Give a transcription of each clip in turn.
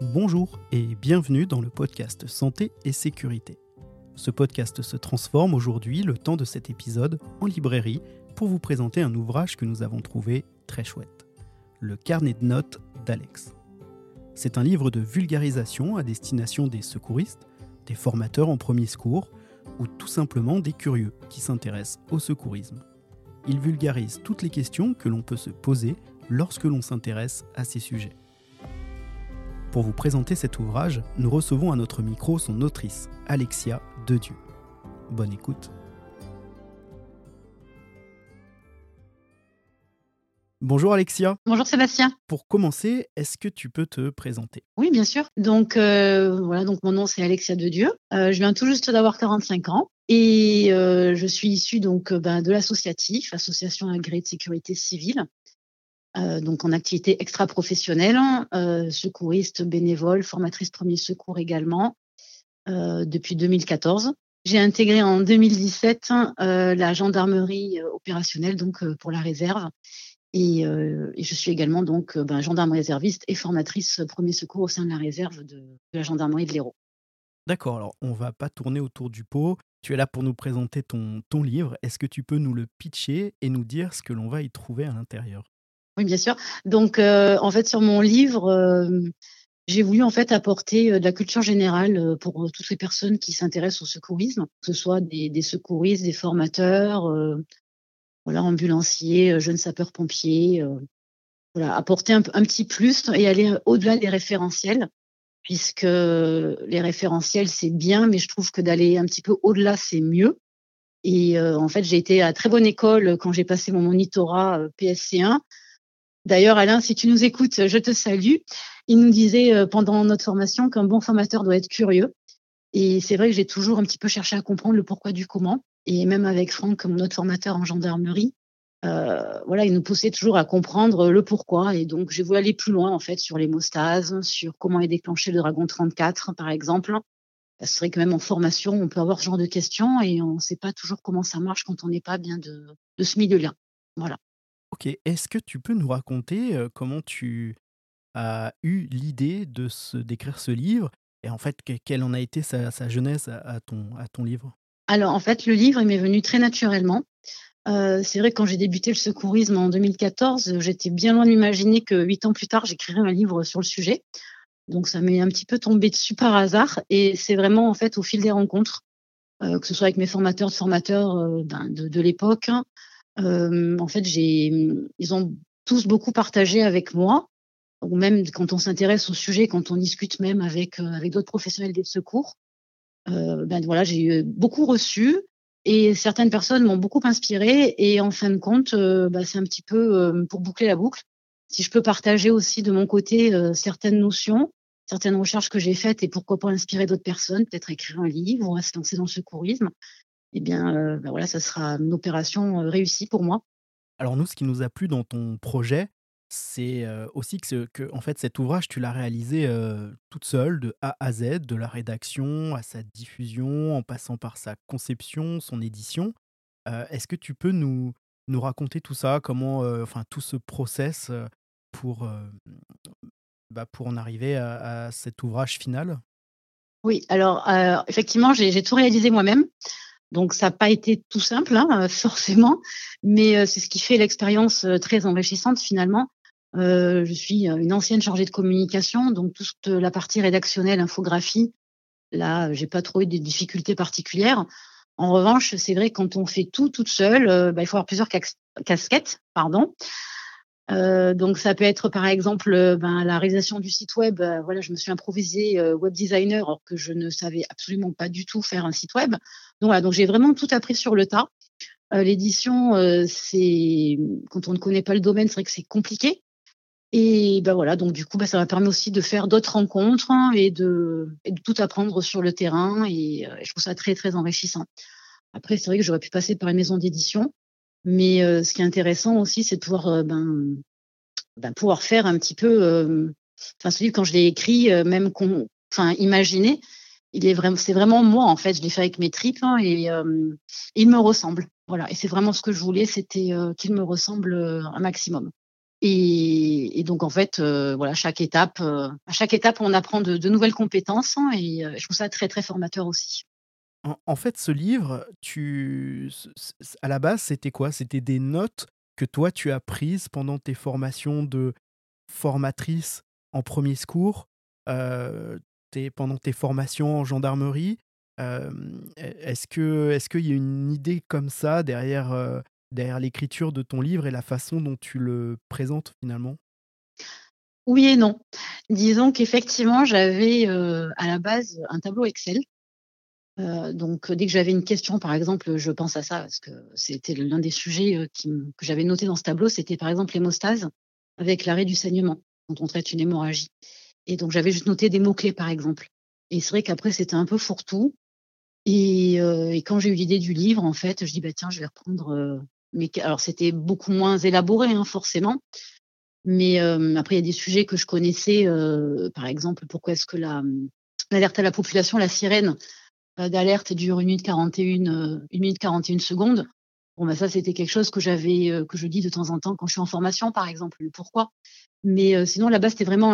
Bonjour et bienvenue dans le podcast Santé et Sécurité. Ce podcast se transforme aujourd'hui, le temps de cet épisode, en librairie pour vous présenter un ouvrage que nous avons trouvé très chouette. Le carnet de notes d'Alex. C'est un livre de vulgarisation à destination des secouristes, des formateurs en premiers secours ou tout simplement des curieux qui s'intéressent au secourisme. Il vulgarise toutes les questions que l'on peut se poser lorsque l'on s'intéresse à ces sujets. Pour vous présenter cet ouvrage, nous recevons à notre micro son autrice, Alexia Dedieu. Bonne écoute. Bonjour Alexia. Bonjour Sébastien. Pour commencer, est-ce que tu peux te présenter ? Oui, bien sûr. Donc mon nom c'est Alexia Dedieu. Je viens tout juste d'avoir 45 ans et je suis issue de l'associatif, association agréée de sécurité civile. En activité extra-professionnelle, secouriste, bénévole, formatrice premier secours également, depuis 2014. J'ai intégré en 2017 la gendarmerie opérationnelle pour la réserve et je suis également gendarme réserviste et formatrice premier secours au sein de la réserve de la gendarmerie de l'Hérault. D'accord, alors on va pas tourner autour du pot. Tu es là pour nous présenter ton livre. Est-ce que tu peux nous le pitcher et nous dire ce que l'on va y trouver à l'intérieur ? Oui, bien sûr. Sur mon livre, j'ai voulu apporter de la culture générale pour toutes les personnes qui s'intéressent au secourisme, que ce soit des secouristes, des formateurs, ambulanciers, jeunes sapeurs-pompiers. Apporter un petit plus et aller au-delà des référentiels, puisque les référentiels, c'est bien, mais je trouve que d'aller un petit peu au-delà, c'est mieux. Et j'ai été à très bonne école quand j'ai passé mon monitorat PSC1. D'ailleurs, Alain, si tu nous écoutes, je te salue. Il nous disait pendant notre formation qu'un bon formateur doit être curieux. Et c'est vrai que j'ai toujours un petit peu cherché à comprendre le pourquoi du comment. Et même avec Franck, mon autre formateur en gendarmerie, il nous poussait toujours à comprendre le pourquoi. Et donc, j'ai voulu aller plus loin, sur l'hémostase, sur comment est déclenché le Dragon 34, par exemple. C'est vrai que même en formation, on peut avoir ce genre de questions et on ne sait pas toujours comment ça marche quand on n'est pas bien de ce milieu-là. Voilà. Ok, est-ce que tu peux nous raconter comment tu as eu l'idée d'écrire ce livre et en fait quelle en a été sa genèse à ton livre ? Alors, le livre, il m'est venu très naturellement. C'est vrai que quand j'ai débuté le secourisme en 2014, j'étais bien loin d'imaginer que 8 ans plus tard, j'écrirais un livre sur le sujet. Donc, ça m'est un petit peu tombé dessus par hasard et c'est vraiment, au fil des rencontres, que ce soit avec mes formateurs de l'époque. Ils ont tous beaucoup partagé avec moi, ou même quand on s'intéresse au sujet, quand on discute même avec d'autres professionnels des secours. J'ai beaucoup reçu et certaines personnes m'ont beaucoup inspirée et en fin de compte, c'est un petit peu pour boucler la boucle. Si je peux partager aussi de mon côté certaines notions, certaines recherches que j'ai faites et pourquoi pas inspirer d'autres personnes, peut-être écrire un livre ou se lancer dans le secourisme, ça sera une opération réussie pour moi. Alors nous, ce qui nous a plu dans ton projet, c'est aussi que en fait, cet ouvrage, tu l'as réalisé toute seule, de A à Z, de la rédaction à sa diffusion, en passant par sa conception, son édition. Est-ce que tu peux nous raconter tout ça, comment, tout ce process pour, pour en arriver à cet ouvrage final ? Oui, alors effectivement, j'ai tout réalisé moi-même. Donc ça n'a pas été tout simple, forcément, mais c'est ce qui fait l'expérience très enrichissante finalement. Je suis une ancienne chargée de communication, donc toute la partie rédactionnelle, infographie, là, j'ai pas trop eu de difficultés particulières. En revanche, c'est vrai que quand on fait tout toute seule, il faut avoir plusieurs casquettes, pardon. Donc ça peut être par exemple la réalisation du site web. Je me suis improvisée web designer alors que je ne savais absolument pas du tout faire un site web. Donc j'ai vraiment tout appris sur le tas. L'édition, c'est quand on ne connaît pas le domaine, c'est vrai que c'est compliqué. Et donc du coup, ça m'a permis aussi de faire d'autres rencontres et de tout apprendre sur le terrain. Et je trouve ça très très enrichissant. Après, c'est vrai que j'aurais pu passer par une maison d'édition. Mais ce qui est intéressant aussi, c'est de pouvoir pouvoir faire un petit peu. Ce livre, quand je l'ai écrit, imaginé, c'est vraiment moi en fait. Je l'ai fait avec mes tripes et il me ressemble. Voilà. Et c'est vraiment ce que je voulais, c'était qu'il me ressemble un maximum. Et donc en fait, voilà, à chaque étape, on apprend de nouvelles compétences, hein, et je trouve ça très, très formateur aussi. En fait, ce livre, à la base, c'était quoi? C'était des notes que toi, tu as prises pendant tes formations de formatrice en premiers secours, pendant tes formations en gendarmerie? Est-ce qu'il y a une idée comme ça derrière l'écriture de ton livre et la façon dont tu le présentes finalement? Oui et non. Disons qu'effectivement, j'avais, à la base, un tableau Excel. Donc, dès que j'avais une question, par exemple, je pense à ça parce que c'était l'un des sujets, que j'avais noté dans ce tableau, c'était par exemple l'hémostase avec l'arrêt du saignement quand on traite une hémorragie, et donc j'avais juste noté des mots-clés, par exemple, et c'est vrai qu'après c'était un peu fourre-tout, et quand j'ai eu l'idée du livre, en fait, je dis: «Bah, tiens, je vais reprendre, alors c'était beaucoup moins élaboré, hein, forcément, mais après il y a des sujets que je connaissais, par exemple, pourquoi est-ce que l'alerte à la population, la sirène, d'alerte dure 1 minute 41 secondes. Bon, bah, ça, c'était quelque chose que je dis de temps en temps quand je suis en formation, par exemple, le pourquoi. Mais sinon, là-bas, c'était vraiment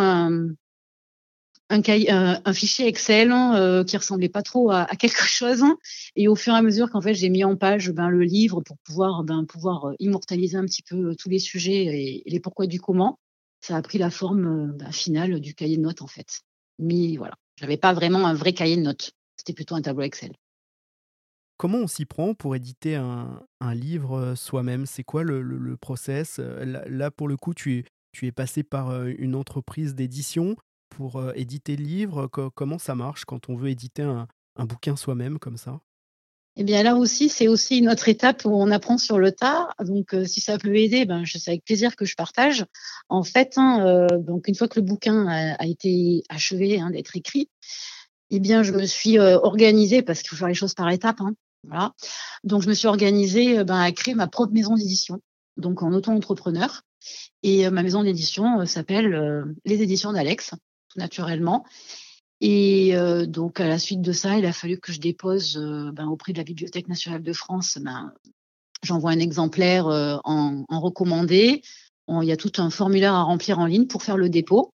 un fichier Excel, hein, qui ressemblait pas trop à quelque chose, hein, et au fur et à mesure qu'en fait, j'ai mis en page, le livre pour pouvoir immortaliser un petit peu, tous les sujets et les pourquoi du comment, ça a pris la forme, finale du cahier de notes, en fait. Mais voilà, j'avais pas vraiment un vrai cahier de notes. C'était plutôt un tableau Excel. Comment on s'y prend pour éditer un livre, soi-même? C'est quoi le process? Là, pour le coup, tu es passé par, une entreprise d'édition pour, éditer le livre? Comment ça marche quand on veut éditer un bouquin soi-même comme ça? Eh bien, là aussi, c'est aussi une autre étape où on apprend sur le tas. Donc, si ça peut aider, c'est avec plaisir que je partage. En fait, hein, donc une fois que le bouquin a été achevé, hein, d'être écrit, eh bien, je me suis, organisée parce qu'il faut faire les choses par étapes, hein, voilà. Donc je me suis organisée, à créer ma propre maison d'édition, donc en auto-entrepreneur, et ma maison d'édition, s'appelle, Les Éditions d'Alex, tout naturellement. Et donc à la suite de ça, il a fallu que je dépose, auprès de la Bibliothèque nationale de France, j'envoie un exemplaire, en recommandé. Il y a tout un formulaire à remplir en ligne pour faire le dépôt,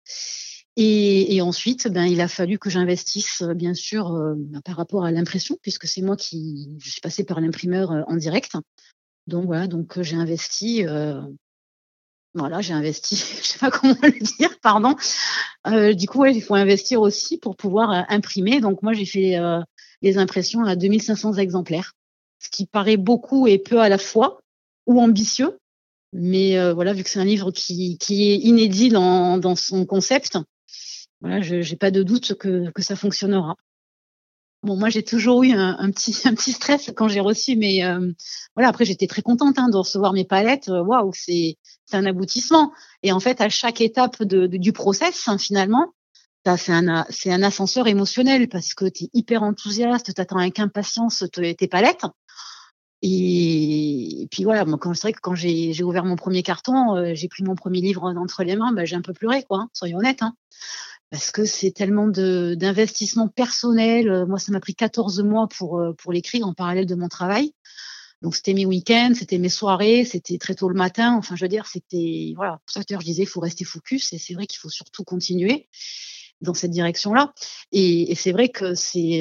et ensuite, il a fallu que j'investisse, bien sûr, par rapport à l'impression, puisque c'est moi qui je suis passée par l'imprimeur, en direct. Donc voilà, j'ai investi, voilà, j'ai investi, je sais pas comment le dire, pardon. Du coup, ouais, il faut investir aussi pour pouvoir, imprimer. Donc moi, j'ai fait, les impressions à 2 500 exemplaires, ce qui paraît beaucoup et peu à la fois, ou ambitieux. Mais voilà, vu que c'est un livre qui est inédit dans son concept, voilà, je j'ai pas de doute que ça fonctionnera. Bon, moi, j'ai toujours eu un petit stress quand j'ai reçu voilà, après j'étais très contente, hein, de recevoir mes palettes, waouh, c'est un aboutissement, et en fait, à chaque étape du process, hein, finalement, c'est un ascenseur émotionnel parce que tu es hyper enthousiaste, tu attends avec impatience tes palettes, et puis voilà, moi, c'est vrai que quand j'ai ouvert mon premier carton, j'ai pris mon premier livre entre les mains, j'ai un peu pleuré, quoi, hein, soyons honnêtes, hein. Parce que c'est tellement d'investissement personnel. Moi, ça m'a pris 14 mois pour l'écrire en parallèle de mon travail. Donc c'était mes week-ends, c'était mes soirées, c'était très tôt le matin. Enfin, je veux dire, c'était voilà, pour ça que d'ailleurs je disais, il faut rester focus, et c'est vrai qu'il faut surtout continuer dans cette direction-là, et c'est vrai que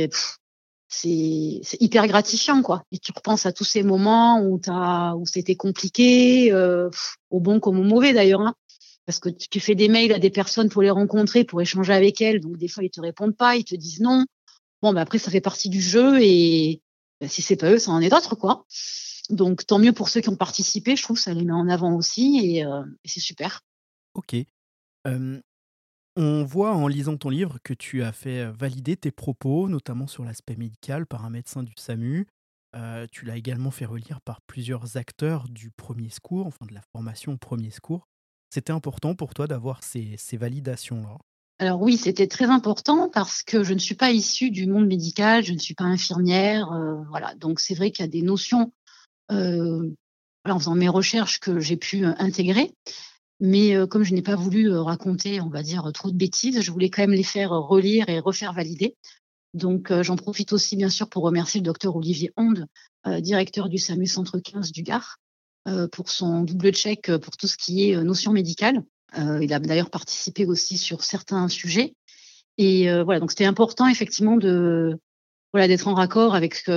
c'est hyper gratifiant, quoi, et tu repenses à tous ces moments où c'était compliqué, au bon comme au mauvais d'ailleurs, hein. Parce que tu fais des mails à des personnes pour les rencontrer, pour échanger avec elles, donc des fois ils te répondent pas, ils te disent non. Bon, après ça fait partie du jeu, et si c'est pas eux, ça en est d'autres, quoi. Donc tant mieux pour ceux qui ont participé, je trouve que ça les met en avant aussi, et c'est super. OK. Hem, on voit en lisant ton livre que tu as fait, valider tes propos, notamment sur l'aspect médical par un médecin du SAMU. Tu l'as également fait relire par plusieurs acteurs du premier secours, enfin de la formation au premier secours. C'était important pour toi d'avoir ces validations-là? Alors oui, c'était très important parce que je ne suis pas issue du monde médical, je ne suis pas infirmière, voilà. Donc c'est vrai qu'il y a des notions, heu, voilà, en faisant mes recherches, que j'ai pu, intégrer. Mais comme je n'ai pas voulu, raconter, on va dire, trop de bêtises, je voulais quand même les faire, relire et refaire valider. Donc j'en profite aussi bien sûr pour remercier le docteur Olivier Onde, directeur du SAMU Centre 15 du Gard, pour son double check pour tout ce qui est notions médicales. Il a d'ailleurs participé aussi sur certains sujets. Et voilà, donc c'était important effectivement d'être en raccord avec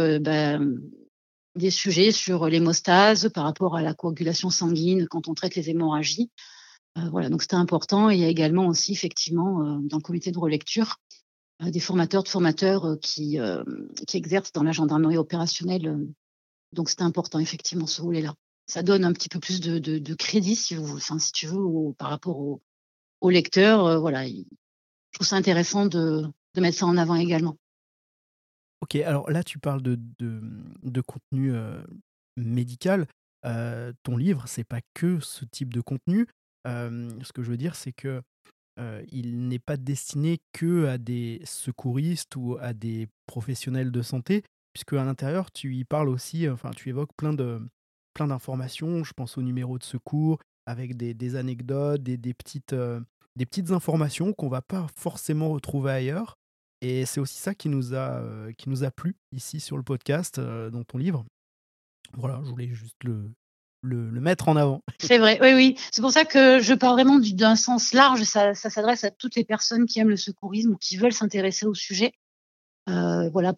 des sujets sur l'hémostase par rapport à la coagulation sanguine quand on traite les hémorragies. Voilà, donc c'était important. Et il y a également aussi effectivement dans le comité de relecture des formateurs qui exercent dans la gendarmerie opérationnelle. Donc c'était important effectivement ce volet-là. Ça donne un petit peu plus de crédit si tu veux par rapport au lecteur. Voilà, je trouve ça intéressant de mettre ça en avant également. Ok, alors là, tu parles de contenu médical. Ton livre, c'est pas que ce type de contenu. Ce que je veux dire, c'est que il n'est pas destiné que à des secouristes ou à des professionnels de santé, puisque à l'intérieur, tu y parles aussi, enfin, tu évoques plein d'informations. Je pense aux numéros de secours, avec des anecdotes, des petites informations qu'on va pas forcément retrouver ailleurs. Et c'est aussi ça qui nous a plu ici sur le podcast, dans ton livre. Voilà, je voulais juste le mettre en avant. C'est vrai, oui, oui. C'est pour ça que je parle vraiment d'un sens large. Ça s'adresse à toutes les personnes qui aiment le secourisme ou qui veulent s'intéresser au sujet. Voilà,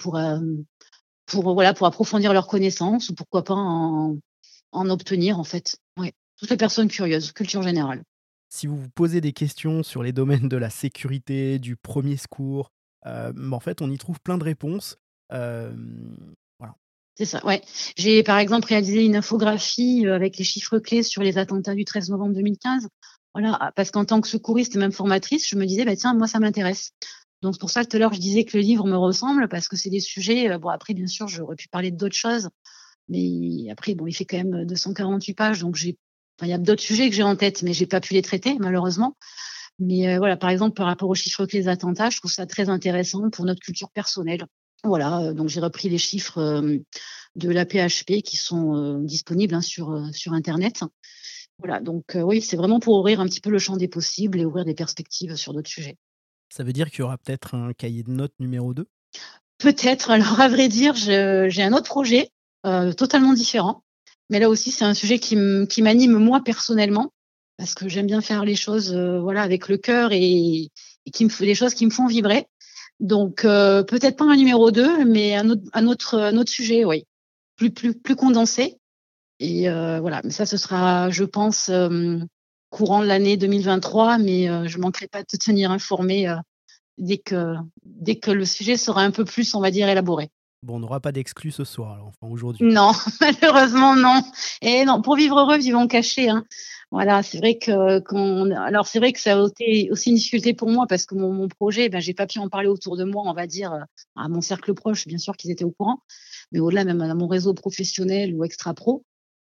pour approfondir leurs connaissances ou pourquoi pas en obtenir en fait. Ouais. Toutes les personnes curieuses, culture générale. Si vous vous posez des questions sur les domaines de la sécurité, du premier secours, en fait, on y trouve plein de réponses. Voilà. C'est ça, ouais. J'ai par exemple réalisé une infographie avec les chiffres clés sur les attentats du 13 novembre 2015. Voilà, parce qu'en tant que secouriste et même formatrice, je me disais, bah, tiens, moi, ça m'intéresse. Donc, c'est pour ça que tout à l'heure, je disais que le livre me ressemble parce que c'est des sujets. Bon, après, bien sûr, j'aurais pu parler d'autres choses, mais après, bon, il fait quand même 248 pages. Donc, il y a d'autres sujets que j'ai en tête, mais j'ai pas pu les traiter, malheureusement. Mais voilà, par exemple, par rapport aux chiffres clés des attentats, je trouve ça très intéressant pour notre culture personnelle. Voilà, donc j'ai repris les chiffres de la PHP qui sont disponibles sur internet. Voilà, donc oui, c'est vraiment pour ouvrir un petit peu le champ des possibles et ouvrir des perspectives sur d'autres sujets. Ça veut dire qu'il y aura peut-être un cahier de notes numéro 2. Peut-être, alors à vrai dire, j'ai un autre projet totalement différent, mais là aussi c'est un sujet qui m'anime moi personnellement parce que j'aime bien faire les choses voilà avec le cœur et qui me fait des choses qui me font vibrer. Donc peut-être pas un numéro 2, mais un autre sujet, oui, plus condensé. Et voilà, mais ça, ce sera, je pense, courant de l'année 2023, mais je manquerai pas de te tenir informé dès que le sujet sera un peu plus, on va dire, élaboré. Bon, on n'aura pas d'exclus ce soir, alors, enfin aujourd'hui. Non, malheureusement non. Et non, pour vivre heureux, vivons cachés, hein. Voilà, c'est vrai alors c'est vrai que ça a été aussi une difficulté pour moi parce que mon projet, j'ai pas pu en parler autour de moi, on va dire, à mon cercle proche, bien sûr qu'ils étaient au courant, mais au-delà même à mon réseau professionnel ou extra pro,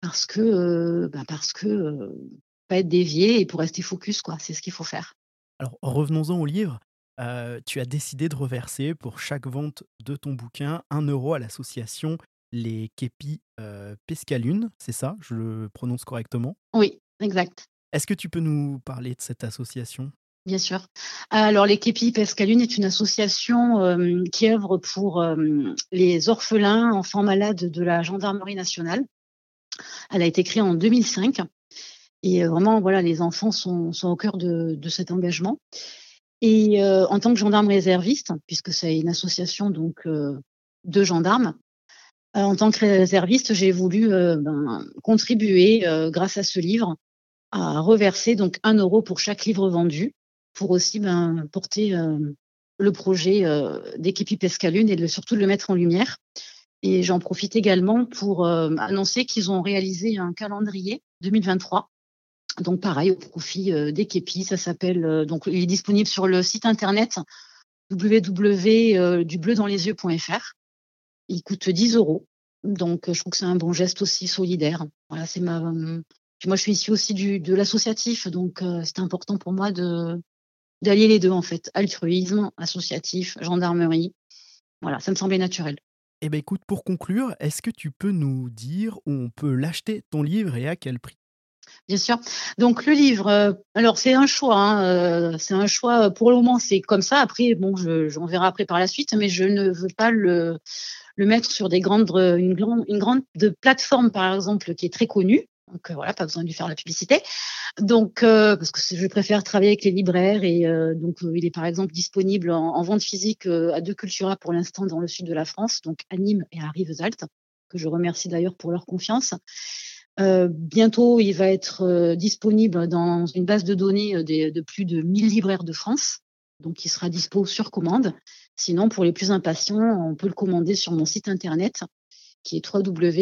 parce que pas être dévié et pour rester focus, quoi, c'est ce qu'il faut faire. Alors, revenons-en au livre. Tu as décidé de reverser pour chaque vente de ton bouquin 1 € à l'association Les Képis Pescalune, c'est ça? Je le prononce correctement? Oui, exact. Est-ce que tu peux nous parler de cette association? Bien sûr. Alors, les Képis Pescalune est une association qui œuvre pour les orphelins, enfants malades de la gendarmerie nationale. Elle a été créée en 2005 et vraiment, voilà, les enfants sont au cœur de cet engagement. Et en tant que gendarme réserviste, puisque c'est une association donc de gendarmes, en tant que réserviste, j'ai voulu contribuer grâce à ce livre à reverser donc 1 € pour chaque livre vendu, pour aussi porter le projet des Képis Pescalune et surtout de le mettre en lumière. Et j'en profite également pour annoncer qu'ils ont réalisé un calendrier 2023. Donc pareil, au profit des képis, ça s'appelle donc il est disponible sur le site internet www.dubleuxdanslesieux.fr. Il coûte 10 €. Donc je trouve que c'est un bon geste aussi solidaire. Voilà, puis moi je suis issue aussi de l'associatif, donc c'était important pour moi d'allier les deux en fait, altruisme, associatif, gendarmerie. Voilà, ça me semblait naturel. Eh ben écoute, pour conclure, est-ce que tu peux nous dire où on peut l'acheter, ton livre, et à quel prix? Bien sûr. Donc le livre, alors c'est un choix, hein, c'est un choix, pour le moment, c'est comme ça. Après bon, on verra après par la suite, mais je ne veux pas le mettre sur une grande plateforme, par exemple, qui est très connue. Donc voilà, pas besoin de lui faire la publicité. Donc parce que je préfère travailler avec les libraires et donc il est par exemple disponible en vente physique à 2 Cultura pour l'instant dans le sud de la France, donc à Nîmes et à Rivesaltes, que je remercie d'ailleurs pour leur confiance. Bientôt, il va être disponible dans une base de données de plus de 1000 libraires de France, donc il sera dispo sur commande. Sinon, pour les plus impatients, on peut le commander sur mon site internet qui est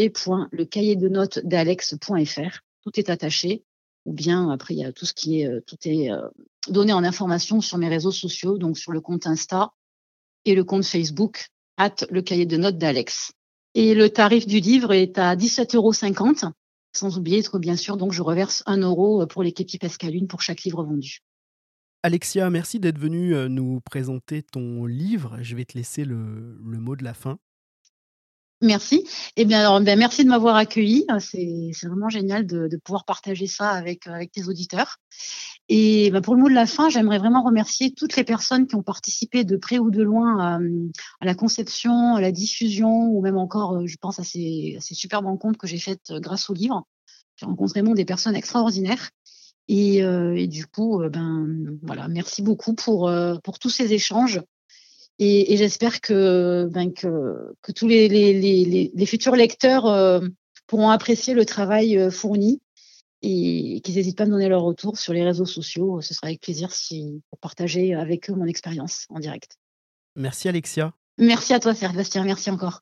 www.lecahierdenotes-d'alex.fr. Tout est attaché. Ou bien après, il y a tout est donné en information sur mes réseaux sociaux, donc sur le compte Insta et le compte Facebook @lecahier-de-notes-d'Alex. Et le tarif du livre est à 17,50 €, sans oublier que bien sûr, donc je reverse 1 € pour les Képi Pescalune pour chaque livre vendu. Alexia, merci d'être venue nous présenter ton livre. Je vais te laisser le mot de la fin. Merci. Eh bien, alors, merci de m'avoir accueilli. C'est vraiment génial de pouvoir partager ça avec tes auditeurs. Et pour le mot de la fin, j'aimerais vraiment remercier toutes les personnes qui ont participé de près ou de loin à la conception, à la diffusion, ou même encore, je pense à ces superbes rencontres que j'ai faites grâce au livre. J'ai rencontré vraiment des personnes extraordinaires. Et du coup, voilà, merci beaucoup pour tous ces échanges. Et j'espère que tous les futurs lecteurs pourront apprécier le travail fourni et qu'ils n'hésitent pas à me donner leur retour sur les réseaux sociaux. Ce sera avec plaisir pour partager avec eux mon expérience en direct. Merci Alexia. Merci à toi, Sébastien. Merci encore.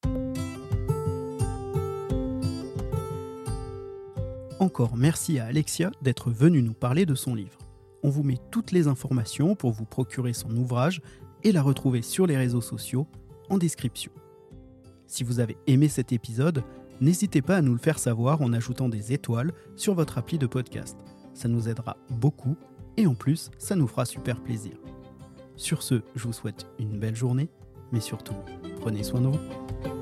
Encore merci à Alexia d'être venue nous parler de son livre. On vous met toutes les informations pour vous procurer son ouvrage et la retrouver sur les réseaux sociaux en description. Si vous avez aimé cet épisode, n'hésitez pas à nous le faire savoir en ajoutant des étoiles sur votre appli de podcast. Ça nous aidera beaucoup et en plus, ça nous fera super plaisir. Sur ce, je vous souhaite une belle journée, mais surtout, prenez soin de vous.